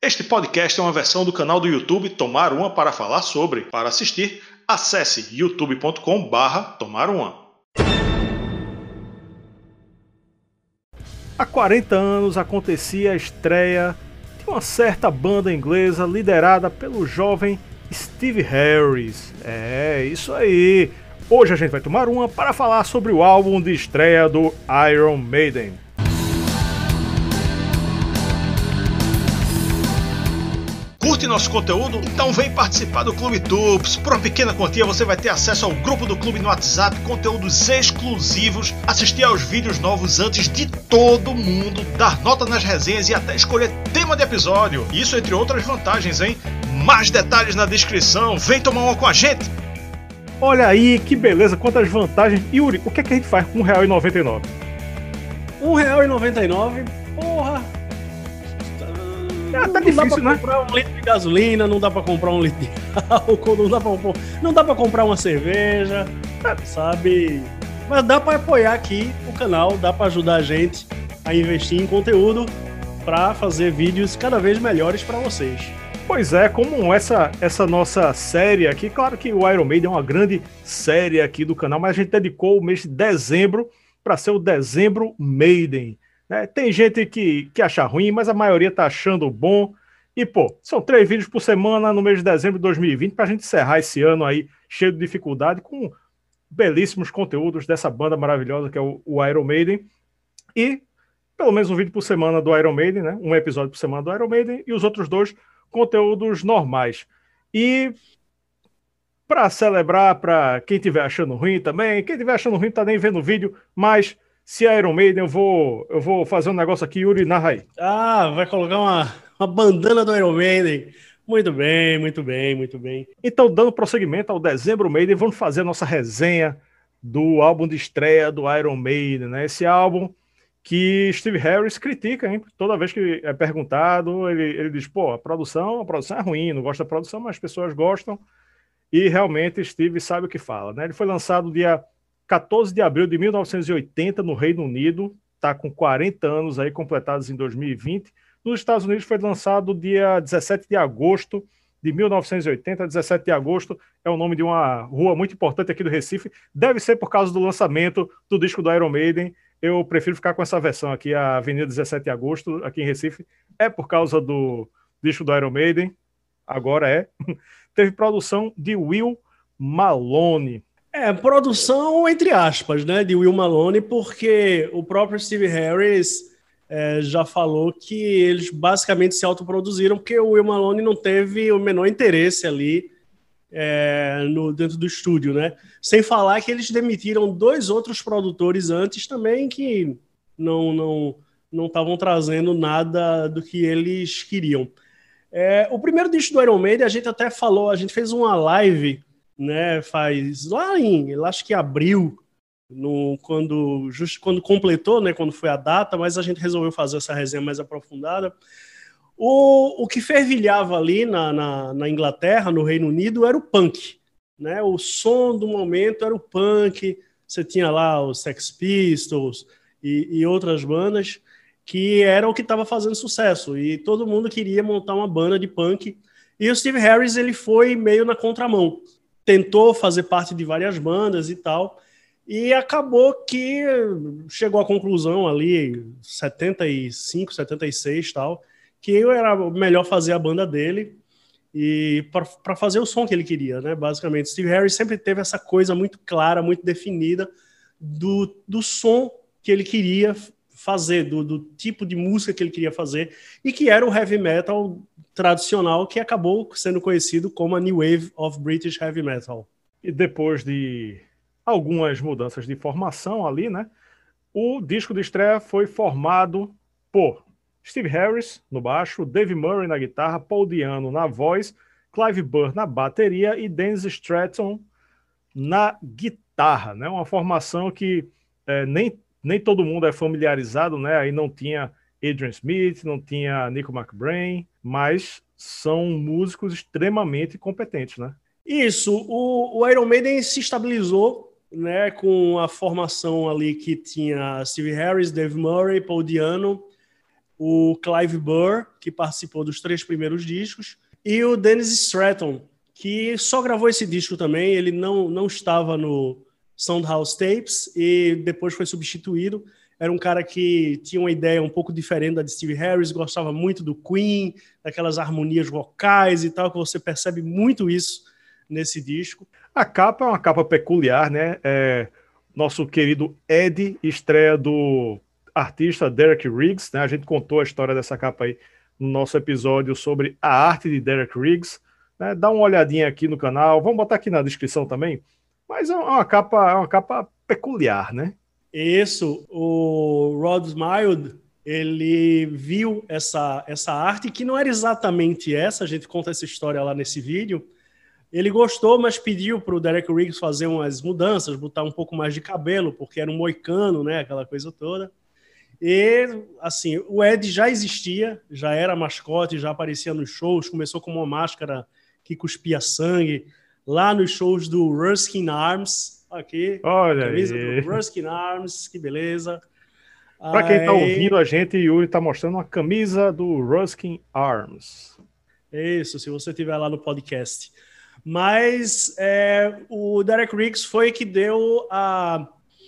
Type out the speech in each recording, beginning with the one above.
Este podcast é uma versão do canal do YouTube Tomar Uma para falar sobre. Para assistir, acesse youtube.com/tomaruma. Há 40 anos acontecia a estreia de uma certa banda inglesa liderada pelo jovem Steve Harris. É, isso aí. Hoje a gente vai tomar uma para falar sobre o álbum de estreia do Iron Maiden. Curte nosso conteúdo? Então vem participar do Clube Tups. Por uma pequena quantia você vai ter acesso ao grupo do clube no WhatsApp, conteúdos exclusivos, assistir aos vídeos novos antes de todo mundo, dar nota nas resenhas e até escolher tema de episódio. Isso entre outras vantagens, hein? Mais detalhes na descrição. Vem tomar uma com a gente! Olha aí, que beleza, quantas vantagens. Yuri, o que é que a gente faz com R$1,99? R$1,99? Porra! Tá difícil, né? Não dá pra comprar um litro de gasolina, não dá pra comprar um litro de álcool, não dá pra comprar uma cerveja, sabe? Mas dá pra apoiar aqui o canal, dá pra ajudar a gente a investir em conteúdo pra fazer vídeos cada vez melhores pra vocês. Pois é, como essa nossa série aqui, claro que o Iron Maiden é uma grande série aqui do canal, mas a gente dedicou o mês de dezembro para ser o Dezembro Maiden. Tem gente que acha ruim, mas a maioria tá achando bom. E, pô, são 3 vídeos por semana no mês de dezembro de 2020 pra gente encerrar esse ano aí cheio de dificuldade com belíssimos conteúdos dessa banda maravilhosa que é o Iron Maiden. E pelo menos um vídeo por semana do Iron Maiden, né? Um episódio por semana do Iron Maiden e os outros 2 conteúdos normais. E pra celebrar, pra quem estiver achando ruim também, quem estiver achando ruim tá nem vendo o vídeo, mas... Se é Iron Maiden, eu vou fazer um negócio aqui, Yuri, narra aí. Vai colocar uma bandana do Iron Maiden. Muito bem, muito bem, muito bem. Então, dando prosseguimento ao Dezembro Maiden, vamos fazer a nossa resenha do álbum de estreia do Iron Maiden, né? Esse álbum que Steve Harris critica, hein? Toda vez que é perguntado, ele diz, pô, a produção é ruim, não gosta da produção, mas as pessoas gostam. E realmente Steve sabe o que fala, né? Ele foi lançado dia 14 de abril de 1980 no Reino Unido, está com 40 anos aí completados em 2020. Nos Estados Unidos foi lançado dia 17 de agosto de 1980. 17 de agosto é o nome de uma rua muito importante aqui do Recife. Deve ser por causa do lançamento do disco do Iron Maiden. Eu prefiro ficar com essa versão aqui, a Avenida 17 de Agosto, aqui em Recife. É por causa do disco do Iron Maiden. Agora é. Teve produção de Will Malone. Produção entre aspas, né, de Will Malone, porque o próprio Steve Harris já falou que eles basicamente se autoproduziram, porque o Will Malone não teve o menor interesse ali dentro do estúdio, né? Sem falar que eles demitiram 2 outros produtores antes também que não estavam trazendo nada do que eles queriam. O primeiro disco do Iron Maiden, a gente até falou, a gente fez uma live, né, faz lá em, acho que abril, quando completou, né, quando foi a data, mas a gente resolveu fazer essa resenha mais aprofundada. O que fervilhava ali na Inglaterra, no Reino Unido, era o punk, né? O som do momento era o punk. Você tinha lá os Sex Pistols e outras bandas que era o que estava fazendo sucesso, e todo mundo queria montar uma banda de punk, e o Steve Harris ele foi meio na contramão. Tentou fazer parte de várias bandas e tal, e acabou que chegou à conclusão ali, 75, 76 tal, que era melhor fazer a banda dele e para fazer o som que ele queria, né? Basicamente, Steve Harris sempre teve essa coisa muito clara, muito definida do som que ele queria fazer, do tipo de música que ele queria fazer, e que era o heavy metal tradicional, que acabou sendo conhecido como a New Wave of British Heavy Metal. E depois de algumas mudanças de formação ali, né, o disco de estreia foi formado por Steve Harris no baixo, Dave Murray na guitarra, Paul Di'Anno na voz, Clive Burr na bateria e Dennis Stratton na guitarra, né? Uma formação que nem todo mundo é familiarizado, né? Aí não tinha Adrian Smith, não tinha Nico McBrain, mas são músicos extremamente competentes, né? Isso, o Iron Maiden se estabilizou, né, com a formação ali que tinha Steve Harris, Dave Murray, Paul Di'Anno. o Clive Burr, que participou dos 3 primeiros discos, e o Dennis Stratton, que só gravou esse disco também. Ele não estava no Soundhouse Tapes e depois foi substituído. Era um cara que tinha uma ideia um pouco diferente da de Steve Harris, gostava muito do Queen, daquelas harmonias vocais e tal, que você percebe muito isso nesse disco. A capa é uma capa peculiar, né? Nosso querido Ed, estreia do artista Derek Riggs, né? A gente contou a história dessa capa aí no nosso episódio sobre a arte de Derek Riggs, né? Dá uma olhadinha aqui no canal, vamos botar aqui na descrição também, mas é uma capa peculiar, né? Isso, o Rod Smiled, ele viu essa arte, que não era exatamente essa, a gente conta essa história lá nesse vídeo. Ele gostou, mas pediu para o Derek Riggs fazer umas mudanças, botar um pouco mais de cabelo, porque era um moicano, né, aquela coisa toda. E, assim, o Ed já existia, já era mascote, já aparecia nos shows, começou com uma máscara que cuspia sangue, lá nos shows do Ruskin Arms. Aqui, olha a camisa aí. do Ruskin Arms, que beleza. Para quem está ouvindo a gente, Yuri está mostrando uma camisa do Ruskin Arms. Isso, se você estiver lá no podcast. Mas o Derek Riggs foi que deu a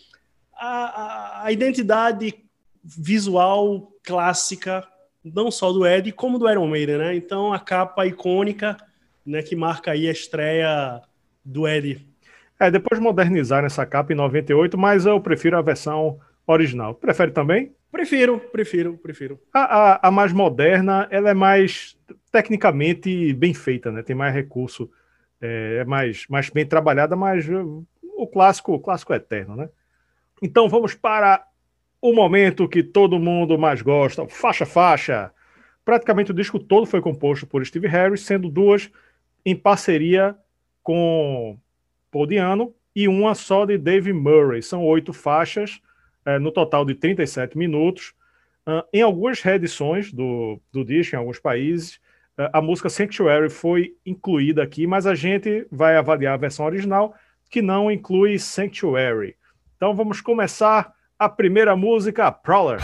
identidade visual clássica, não só do Ed, como do Iron Maiden, né? Então, a capa icônica, né, que marca aí a estreia do Ed. Depois modernizaram essa capa em 98, mas eu prefiro a versão original. Prefere também? Prefiro. A mais moderna, ela é mais tecnicamente bem feita, né? Tem mais recurso, é mais bem trabalhada, mas o clássico é eterno, né? Então vamos para o momento que todo mundo mais gosta, faixa. Praticamente o disco todo foi composto por Steve Harris, sendo 2 em parceria com Paul Di'Anno e uma só de Dave Murray. São 8 faixas, no total de 37 minutos. Em algumas reedições do disco, em alguns países, a música Sanctuary foi incluída aqui, mas a gente vai avaliar a versão original, que não inclui Sanctuary. Então vamos começar a primeira música, Prowler.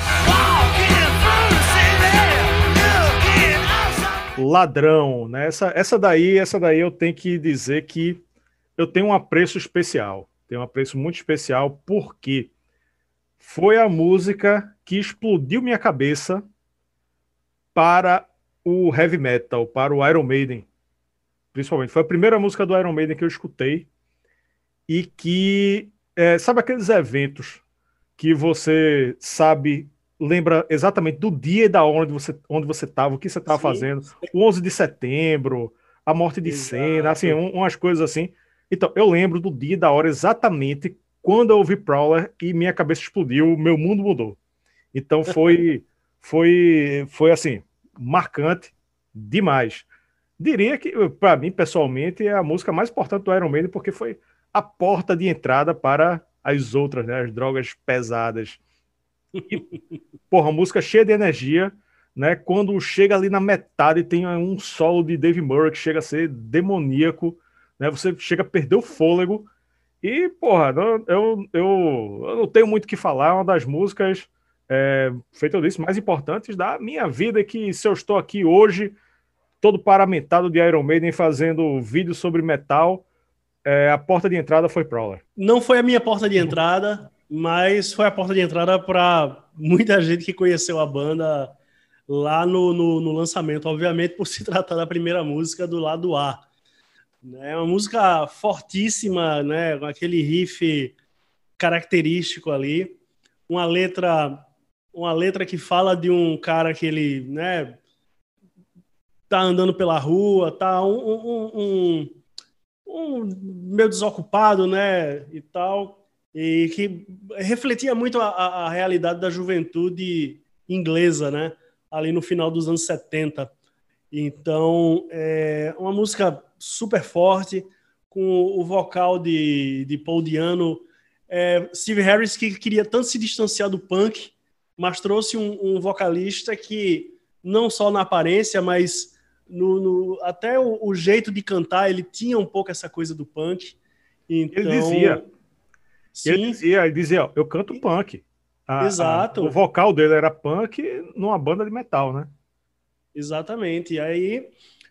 Ladrão, né? Essa daí eu tenho que dizer que eu tenho um apreço especial. Tenho um apreço muito especial porque foi a música que explodiu minha cabeça para o heavy metal, para o Iron Maiden, principalmente. Foi a primeira música do Iron Maiden que eu escutei e que, sabe aqueles eventos que você lembra exatamente do dia e da hora onde você estava, o que você estava fazendo, o 11 de setembro, a morte de Senna, assim, umas coisas assim. Então, eu lembro do dia e da hora exatamente quando eu ouvi Prowler e minha cabeça explodiu, meu mundo mudou. Então foi assim, marcante demais. Diria que, para mim, pessoalmente, é a música mais importante do Iron Maiden, porque foi a porta de entrada para as outras, né, as drogas pesadas. E, porra, a música cheia de energia, né? Quando chega ali na metade, tem um solo de Dave Murray que chega a ser demoníaco, né? Você chega a perder o fôlego. E, porra, eu não tenho muito o que falar. É uma das músicas, feito eu disse, mais importantes da minha vida. Que se eu estou aqui hoje, todo paramentado de Iron Maiden, fazendo vídeo sobre metal, a porta de entrada foi Prowler. Não foi a minha porta de entrada, mas foi a porta de entrada para muita gente que conheceu a banda lá no lançamento, obviamente por se tratar da primeira música do lado A. É uma música fortíssima, né, com aquele riff característico ali, uma letra que fala de um cara que ele, né, tá andando pela rua, tá meio desocupado, né, e tal, e que refletia muito a realidade da juventude inglesa, né, ali no final dos anos 70. Então, é uma música super forte, com o vocal de Paul Di'Anno. Steve Harris, que queria tanto se distanciar do punk, mas trouxe um vocalista que, não só na aparência, mas até o jeito de cantar, ele tinha um pouco essa coisa do punk. Então, Ele dizia, ó, eu canto punk. Exato. O vocal dele era punk numa banda de metal, né? Exatamente. E aí,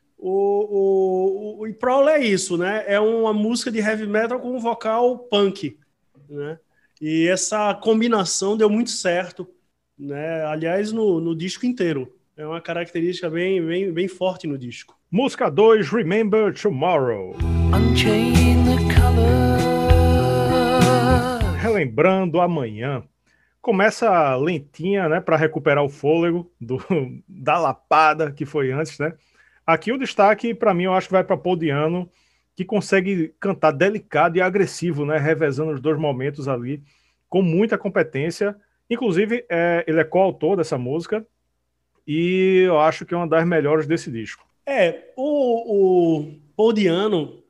o Prowl é isso, né? É uma música de heavy metal com um vocal punk, né? E essa combinação deu muito certo, né? Aliás, no disco inteiro. É uma característica bem forte no disco. Música 2, Remember Tomorrow. Relembrando amanhã. Começa lentinha, né, para recuperar o fôlego da lapada que foi antes, né? Aqui o destaque, para mim, eu acho que vai para Paul Di'Anno, que consegue cantar delicado e agressivo, né, revezando os dois momentos ali, com muita competência. Inclusive, ele é coautor dessa música, e eu acho que é uma das melhores desse disco. O Paul Di'Anno,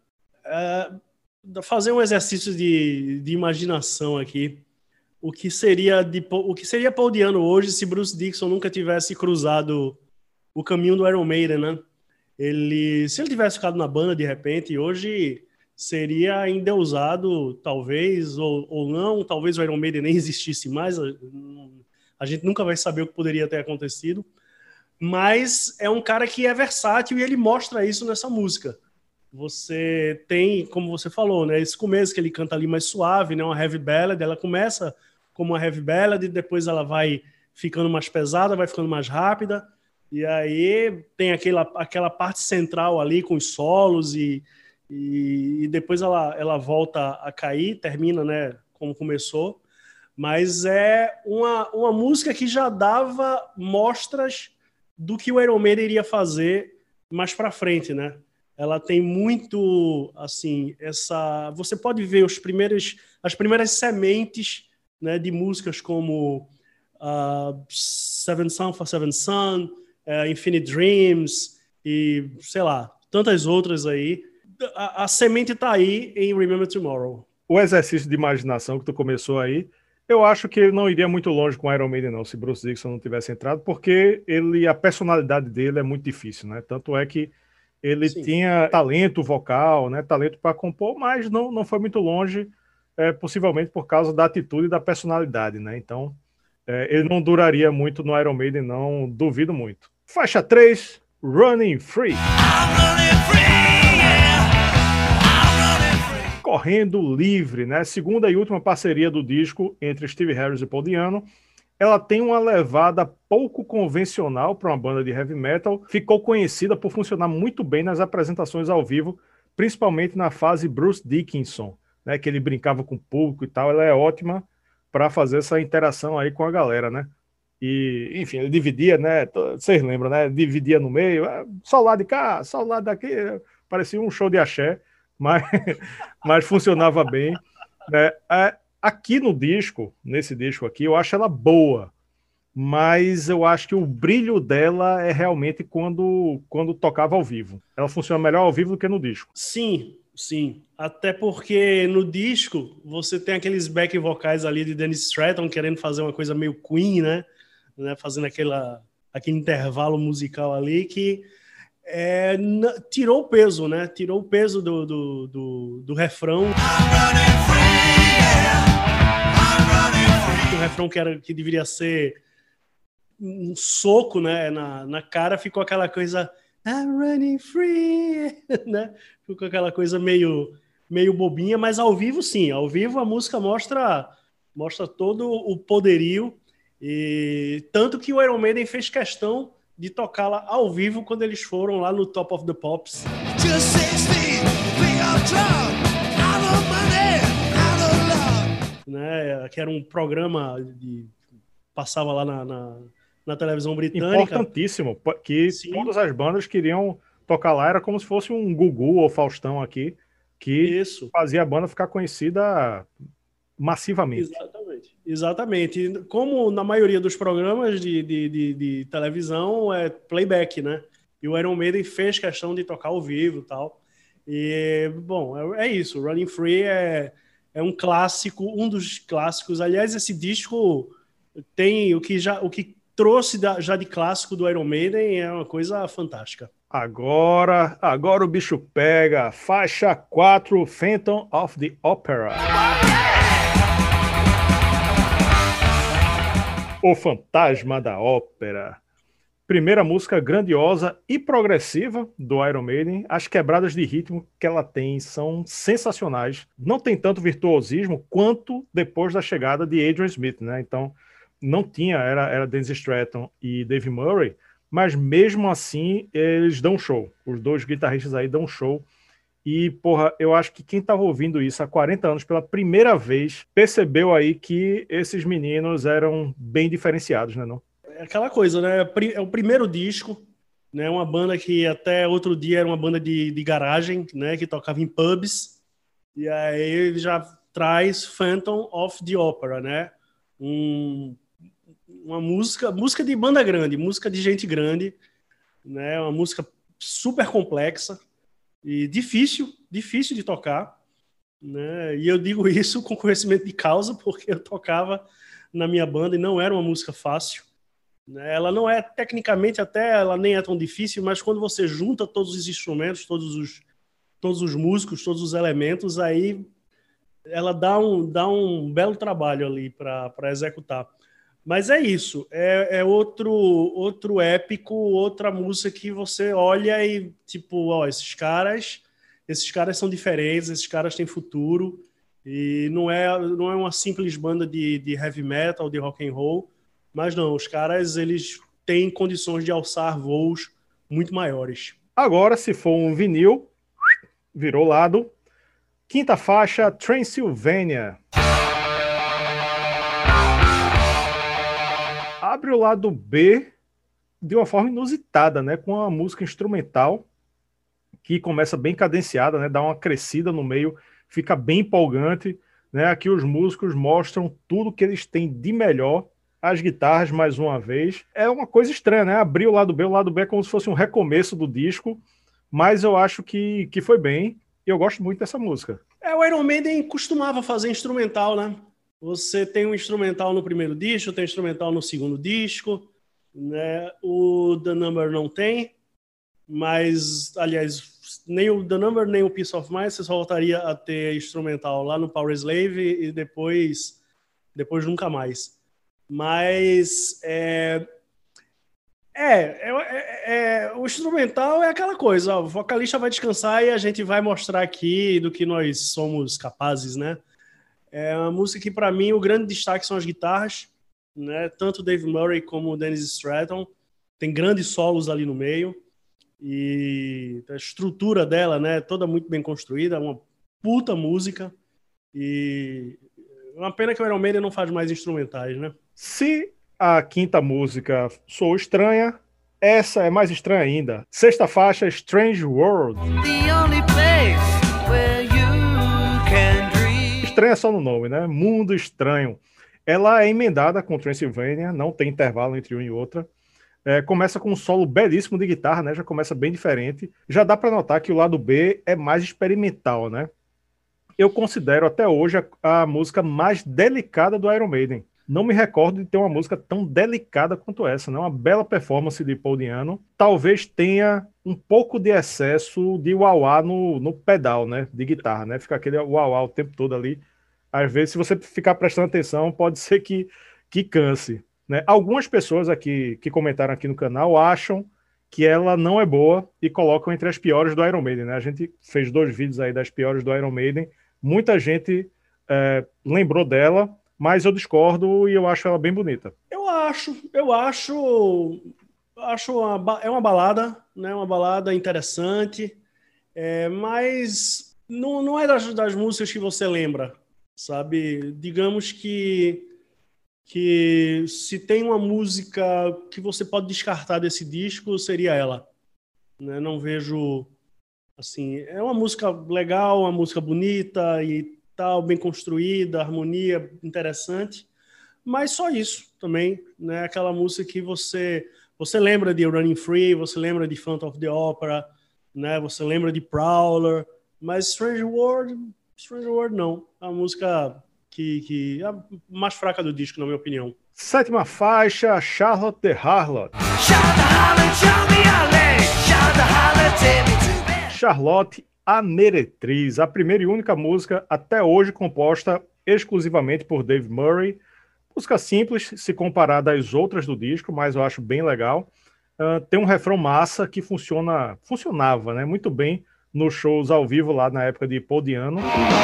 fazer um exercício de imaginação aqui, o que seria Paul Di'Anno hoje se Bruce Dickinson nunca tivesse cruzado o caminho do Iron Maiden, né? Se ele tivesse ficado na banda de repente, hoje seria endeusado, talvez, ou não, talvez o Iron Maiden nem existisse mais, a gente nunca vai saber o que poderia ter acontecido, mas é um cara que é versátil e ele mostra isso nessa música. Você tem, como você falou, né, esse começo que ele canta ali mais suave, né, uma heavy ballad, ela começa como uma heavy ballad e depois ela vai ficando mais pesada, vai ficando mais rápida, e aí tem aquela parte central ali com os solos e depois ela volta a cair, termina, né, como começou, mas é uma música que já dava mostras do que o Iron Maiden iria fazer mais para frente, né? Ela tem muito, assim, você pode ver as primeiras sementes, né, de músicas como Seven Son for Seven Son, Infinite Dreams e, sei lá, tantas outras aí. A semente está aí em Remember Tomorrow. O exercício de imaginação que tu começou aí, eu acho que ele não iria muito longe com Iron Maiden não, se Bruce Dickinson não tivesse entrado, porque a personalidade dele é muito difícil, né? Tanto é que ele tinha talento vocal, né? Talento para compor, mas não foi muito longe, possivelmente por causa da atitude e da personalidade, né? Então, ele não duraria muito no Iron Maiden, não duvido muito. Faixa 3, Running Free. Correndo Livre, né? Segunda e última parceria do disco entre Steve Harris e Paul Di'Anno. Ela tem uma levada pouco convencional para uma banda de heavy metal. Ficou conhecida por funcionar muito bem nas apresentações ao vivo, principalmente na fase Bruce Dickinson, né? Que ele brincava com o público e tal. Ela é ótima para fazer essa interação aí com a galera, né? E, enfim, ele dividia, né? Vocês lembram, né? Dividia no meio, só o lado de cá, só o lado daqui. Parecia um show de axé. Mas funcionava bem, né? Aqui no disco, nesse disco aqui, eu acho ela boa, mas eu acho que o brilho dela é realmente quando tocava ao vivo. Ela funciona melhor ao vivo do que no disco. Sim. Até porque no disco você tem aqueles back vocais ali de Dennis Stratton querendo fazer uma coisa meio Queen, né? Fazendo aquele intervalo musical ali que tirou o peso, né? Tirou o peso do refrão. O refrão que deveria ser um soco, né, na cara, ficou aquela coisa I'm running free, né? Ficou aquela coisa meio bobinha, mas ao vivo sim, ao vivo a música mostra todo o poderio, e tanto que o Iron Maiden fez questão de tocá-la ao vivo quando eles foram lá no Top of the Pops. Né, que era um programa passava lá na televisão britânica. Importantíssimo, que todas as bandas queriam tocar lá, era como se fosse um Gugu ou Faustão aqui, que fazia a banda ficar conhecida massivamente. Exatamente. Como na maioria dos programas de televisão é playback, né? E o Iron Maiden fez questão de tocar ao vivo e tal. E, bom, é isso. Running Free é um clássico, um dos clássicos. Aliás, esse disco tem o que trouxe já de clássico do Iron Maiden, é uma coisa fantástica. Agora o bicho pega. Faixa 4, Phantom of the Opera. O Fantasma da Ópera. Primeira música grandiosa e progressiva do Iron Maiden. As quebradas de ritmo que ela tem são sensacionais. Não tem tanto virtuosismo quanto depois da chegada de Adrian Smith, né? Então, não tinha, era Dennis Stratton e Dave Murray, mas mesmo assim eles dão show. Os dois guitarristas aí dão show. E, porra, eu acho que quem estava ouvindo isso há 40 anos pela primeira vez percebeu aí que esses meninos eram bem diferenciados, né, não? É aquela coisa, né? É o primeiro disco, né? Uma banda que até outro dia era uma banda de garagem, né? Que tocava em pubs. E aí ele já traz Phantom of the Opera, né? Uma música de banda grande, música de gente grande, né? Uma música super complexa e difícil de tocar, né? E eu digo isso com conhecimento de causa, porque eu tocava na minha banda e não era uma música fácil. Ela não é, tecnicamente até, ela nem é tão difícil, mas quando você junta todos os instrumentos, todos os músicos, todos os elementos, aí ela dá um belo trabalho ali para executar. Mas é isso, é outro épico, outra música que você olha e, tipo, ó, esses caras são diferentes, esses caras têm futuro, e não é uma simples banda de heavy metal, de rock and roll. Mas não, os caras, eles têm condições de alçar voos muito maiores. Agora, se for um vinil, virou lado. Quinta faixa, Transylvania. Abre o lado B de uma forma inusitada, né? Com uma música instrumental que começa bem cadenciada, né? Dá uma crescida no meio, fica bem empolgante, né? Aqui os músicos mostram tudo que eles têm de melhor. As guitarras, mais uma vez. É uma coisa estranha, né? Abrir o lado B é como se fosse um recomeço do disco, mas eu acho que foi bem, e eu gosto muito dessa música. O Iron Maiden costumava fazer instrumental, né? Você tem um instrumental no primeiro disco, tem um instrumental no segundo disco, né? O The Number não tem, mas, aliás, nem o The Number, nem o Peace of Mind, você só voltaria a ter instrumental lá no Power Slave e depois nunca mais. Mas o instrumental é aquela coisa, ó, o vocalista vai descansar e a gente vai mostrar aqui do que nós somos capazes, né? É uma música que, para mim, o grande destaque são as guitarras, né? Tanto o Dave Murray como o Dennis Stratton tem grandes solos ali no meio, e a estrutura dela, né, toda muito bem construída, uma puta música, e uma pena que o Iron Maiden não faz mais instrumentais, né? Se a quinta música soou estranha, essa é mais estranha ainda. Sexta faixa, Strange World. Estranha só no nome, né? Mundo Estranho. Ela é emendada com Transylvania, não tem intervalo entre uma e outra. Começa com um solo belíssimo de guitarra, né? Já começa bem diferente. Já dá para notar que o lado B é mais experimental, né? Eu considero até hoje a música mais delicada do Iron Maiden. Não me recordo de ter uma música tão delicada quanto essa, né? Uma bela performance de Paul Di'Anno. Talvez tenha um pouco de excesso de wah-wah no pedal, né? De guitarra, né? Fica aquele wah-wah o tempo todo ali. Às vezes, se você ficar prestando atenção, pode ser que canse, né? Algumas pessoas aqui que comentaram aqui no canal acham que ela não é boa e colocam entre as piores do Iron Maiden, né? A gente fez 2 vídeos aí das piores do Iron Maiden. Muita gente lembrou dela, mas eu discordo e eu acho ela bem bonita. Eu acho é uma balada, né? Uma balada interessante, mas não é das músicas que você lembra, sabe? Digamos que se tem uma música que você pode descartar desse disco, seria ela, né? Não vejo, assim, é uma música legal, uma música bonita e tal, bem construída, harmonia interessante, mas só isso também, né? Aquela música que você lembra de Running Free, você lembra de Phantom of the Opera, né? Você lembra de Prowler, mas Strange World não. É a música que é a mais fraca do disco, na minha opinião. Sétima faixa, Charlotte the Harlot. Charlotte, a Meretriz, a primeira e única música até hoje composta exclusivamente por Dave Murray. música simples, se comparada às outras do disco, mas eu acho bem legal. Tem um refrão massa que funcionava, né, muito bem nos shows ao vivo lá na época de Paul Di'Anno.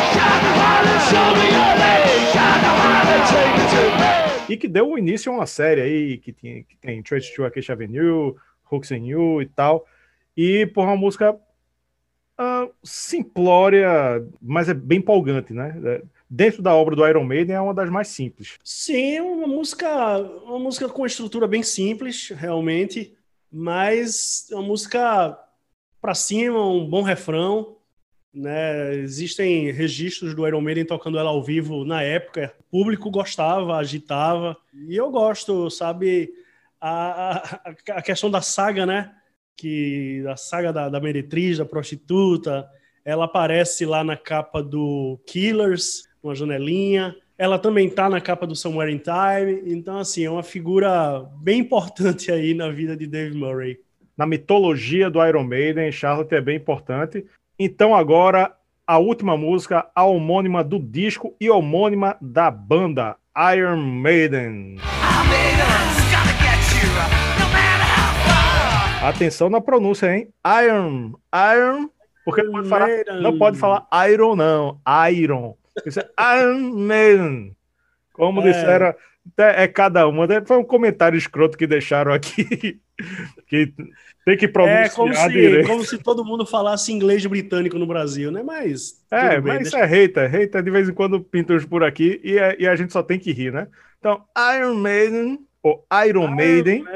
E que deu início a uma série aí que tem Trace to Acacia Avenue, Hooks and You e tal. E por uma música simplória, mas é bem empolgante, né? Dentro da obra do Iron Maiden é uma das mais simples. Sim, uma música com estrutura bem simples, realmente, mas uma música para cima, um bom refrão, né? Existem registros do Iron Maiden tocando ela ao vivo na época. O público gostava, agitava, e eu gosto, sabe? A questão da saga, né? Que a saga da meretriz, da prostituta, ela aparece lá na capa do Killers, uma janelinha. Ela também tá na capa do Somewhere in Time. Então, assim, é uma figura bem importante aí na vida de Dave Murray. Na mitologia do Iron Maiden, Charlotte é bem importante. Então, agora, a última música, a homônima do disco e homônima da banda, Iron Maiden. Atenção na pronúncia, hein? Iron, porque não pode falar Iron, não. Iron. Isso é Iron Maiden. Como disseram, é cada uma. Foi um comentário escroto que deixaram aqui. Que tem que pronunciar direito. Como se todo mundo falasse inglês britânico no Brasil, né? Mas isso é hater. Hater de vez em quando pintam por aqui e a gente só tem que rir, né? Então, Iron Maiden ou Iron Maiden.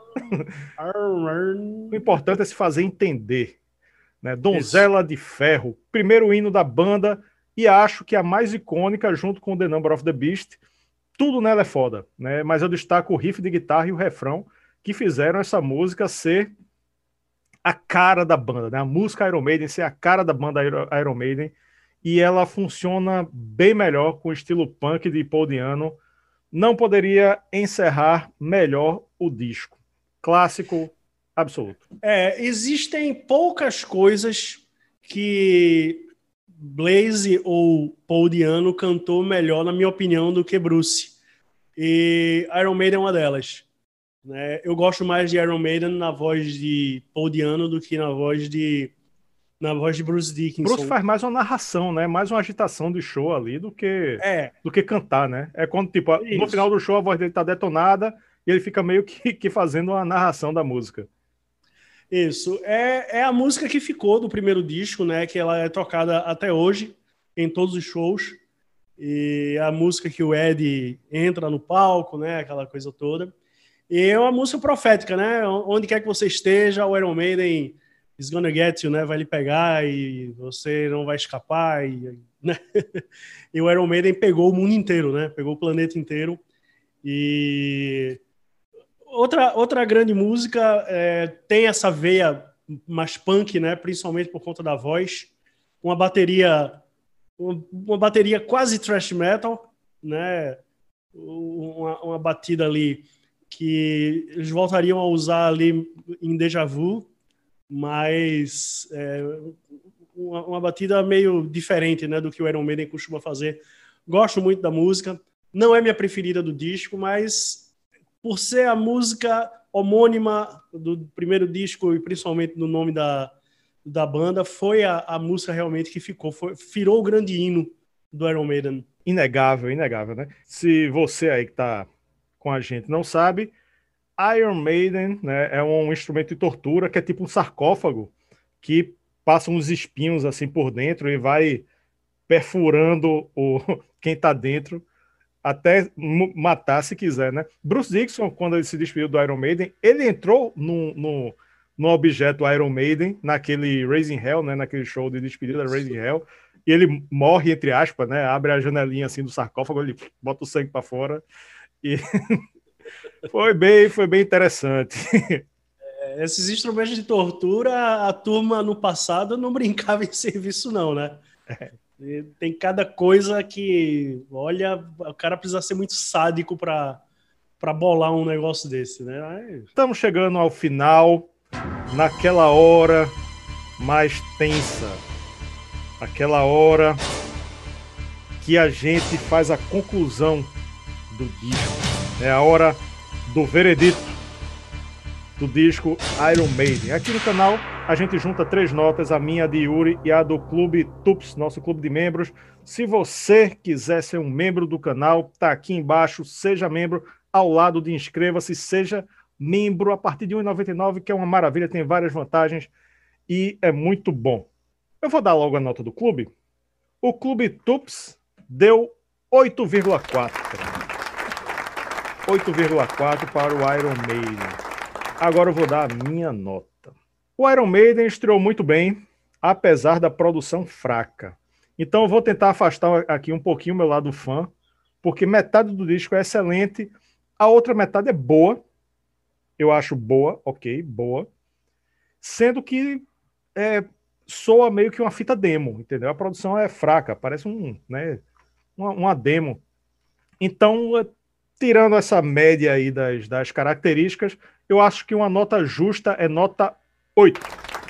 O importante é se fazer entender, né? Donzela de Ferro, primeiro hino da banda e acho que a mais icônica junto com The Number of the Beast. Tudo nela é foda, né? Mas eu destaco o riff de guitarra e o refrão que fizeram essa música ser a cara da banda, né? A música Iron Maiden ser a cara da banda Iron Maiden, e ela funciona bem melhor com o estilo punk de Paul Di'Anno. Não poderia encerrar melhor o disco. Clássico absoluto. Existem poucas coisas que Blaze ou Paul Di'Anno cantou melhor, na minha opinião, do que Bruce. E Iron Maiden é uma delas. Né? Eu gosto mais de Iron Maiden na voz de Paul Di'Anno do que na voz de Bruce Dickinson. Bruce faz mais uma narração, né? Mais uma agitação do show ali do que cantar, né? É quando, tipo, no final do show a voz dele tá detonada e ele fica meio que fazendo uma narração da música. Isso. É a música que ficou do primeiro disco, né? Que ela é tocada até hoje em todos os shows. E a música que o Ed entra no palco, né? Aquela coisa toda. E é uma música profética, né? Onde quer que você esteja, o Iron Maiden is gonna get you, né? Vai lhe pegar e você não vai escapar. Né? E o Iron Maiden pegou o mundo inteiro, né? Pegou o planeta inteiro. E outra grande música tem essa veia mais punk, né? Principalmente por conta da voz. Uma bateria quase thrash metal, né? Uma batida ali que eles voltariam a usar ali em Deja Vu, mas uma batida meio diferente, né, do que o Iron Maiden costuma fazer. Gosto muito da música, não é minha preferida do disco, mas por ser a música homônima do primeiro disco e principalmente no nome da banda, foi a música realmente que virou o grande hino do Iron Maiden. Inegável, né? Se você aí que tá com a gente não sabe, Iron Maiden, né, é um instrumento de tortura que é tipo um sarcófago que passa uns espinhos assim por dentro e vai perfurando quem tá dentro até matar se quiser, né? Bruce Dickinson, quando ele se despediu do Iron Maiden, ele entrou no objeto Iron Maiden, naquele Raising Hell, né, naquele show de despedida Raising Hell, e ele morre, entre aspas, né, abre a janelinha assim do sarcófago, ele bota o sangue para fora. E foi bem interessante. Esses instrumentos de tortura, a turma no passado não brincava em serviço não, né? Tem cada coisa que, olha, o cara precisa ser muito sádico para bolar um negócio desse, né? Estamos chegando ao final, naquela hora mais tensa, aquela hora que a gente faz a conclusão do disco. É a hora do veredito do disco Iron Maiden. Aqui no canal a gente junta 3 notas, a minha, a de Yuri e a do Clube Tups, nosso clube de membros. Se você quiser ser um membro do canal, tá aqui embaixo, seja membro, ao lado de inscreva-se, seja membro a partir de R$ 1,99, que é uma maravilha, tem várias vantagens e é muito bom. Eu vou dar logo a nota do clube. O Clube Tups deu 8,4. 8,4 para o Iron Maiden. Agora eu vou dar a minha nota. O Iron Maiden estreou muito bem, apesar da produção fraca. Então eu vou tentar afastar aqui um pouquinho o meu lado fã, porque metade do disco é excelente, a outra metade é boa. Eu acho boa, ok, boa. Sendo que soa meio que uma fita demo, entendeu? A produção é fraca, parece uma demo. Então, tirando essa média aí das características, eu acho que uma nota justa é nota 8.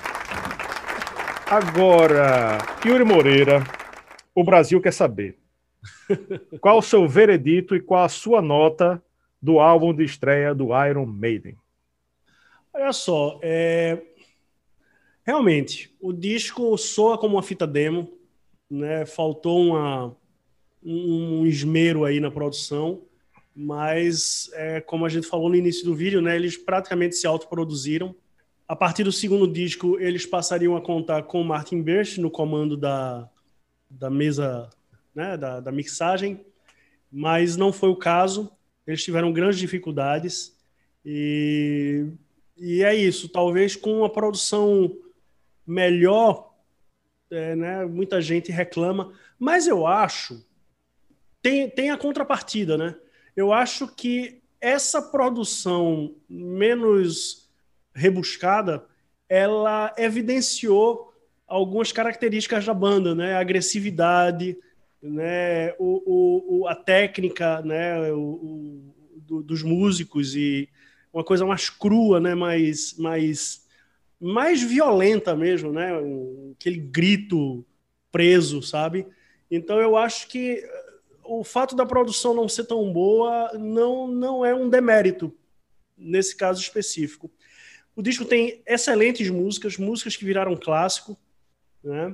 Agora, Yuri Moreira, o Brasil quer saber. Qual o seu veredito e qual a sua nota do álbum de estreia do Iron Maiden? Olha só, realmente, o disco soa como uma fita demo, né? Faltou um esmero aí na produção, mas como a gente falou no início do vídeo, né, eles praticamente se autoproduziram. A partir do segundo disco, eles passariam a contar com o Martin Birch no comando da mesa, né, da mixagem, mas não foi o caso. Eles tiveram grandes dificuldades e é isso. Talvez com uma produção melhor, né, muita gente reclama, mas eu acho tem a contrapartida, né? Eu acho que essa produção menos rebuscada, ela evidenciou algumas características da banda, né? A agressividade, né? A técnica, né? Dos músicos e uma coisa mais crua, né? mais violenta mesmo, né? Aquele grito preso, sabe? Então eu acho que o fato da produção não ser tão boa não é um demérito nesse caso específico. O disco tem excelentes músicas que viraram clássico, né?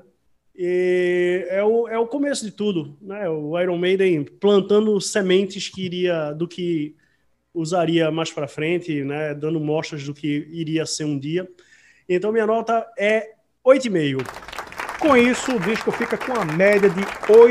E é o começo de tudo, né? O Iron Maiden plantando sementes do que usaria mais para frente, né? Dando mostras do que iria ser um dia. Então minha nota é 8,5. Com isso, o disco fica com a média de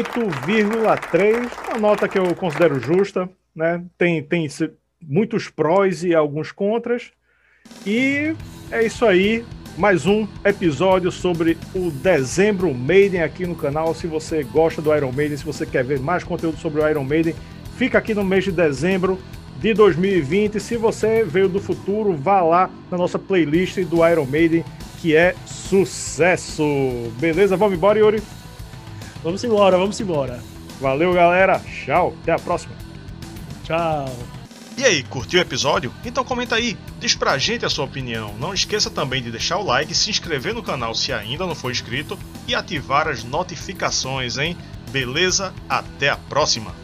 8,3, uma nota que eu considero justa, né? Tem muitos prós e alguns contras. E é isso aí, mais um episódio sobre o Dezembro Maiden aqui no canal. Se você gosta do Iron Maiden, se você quer ver mais conteúdo sobre o Iron Maiden, fica aqui no mês de dezembro de 2020. Se você veio do futuro, vá lá na nossa playlist do Iron Maiden, que é sucesso. Beleza? Vamos embora, Yuri? Vamos embora. Valeu, galera. Tchau. Até a próxima. Tchau. E aí, curtiu o episódio? Então comenta aí, diz pra gente a sua opinião. Não esqueça também de deixar o like, se inscrever no canal se ainda não for inscrito e ativar as notificações, hein? Beleza? Até a próxima!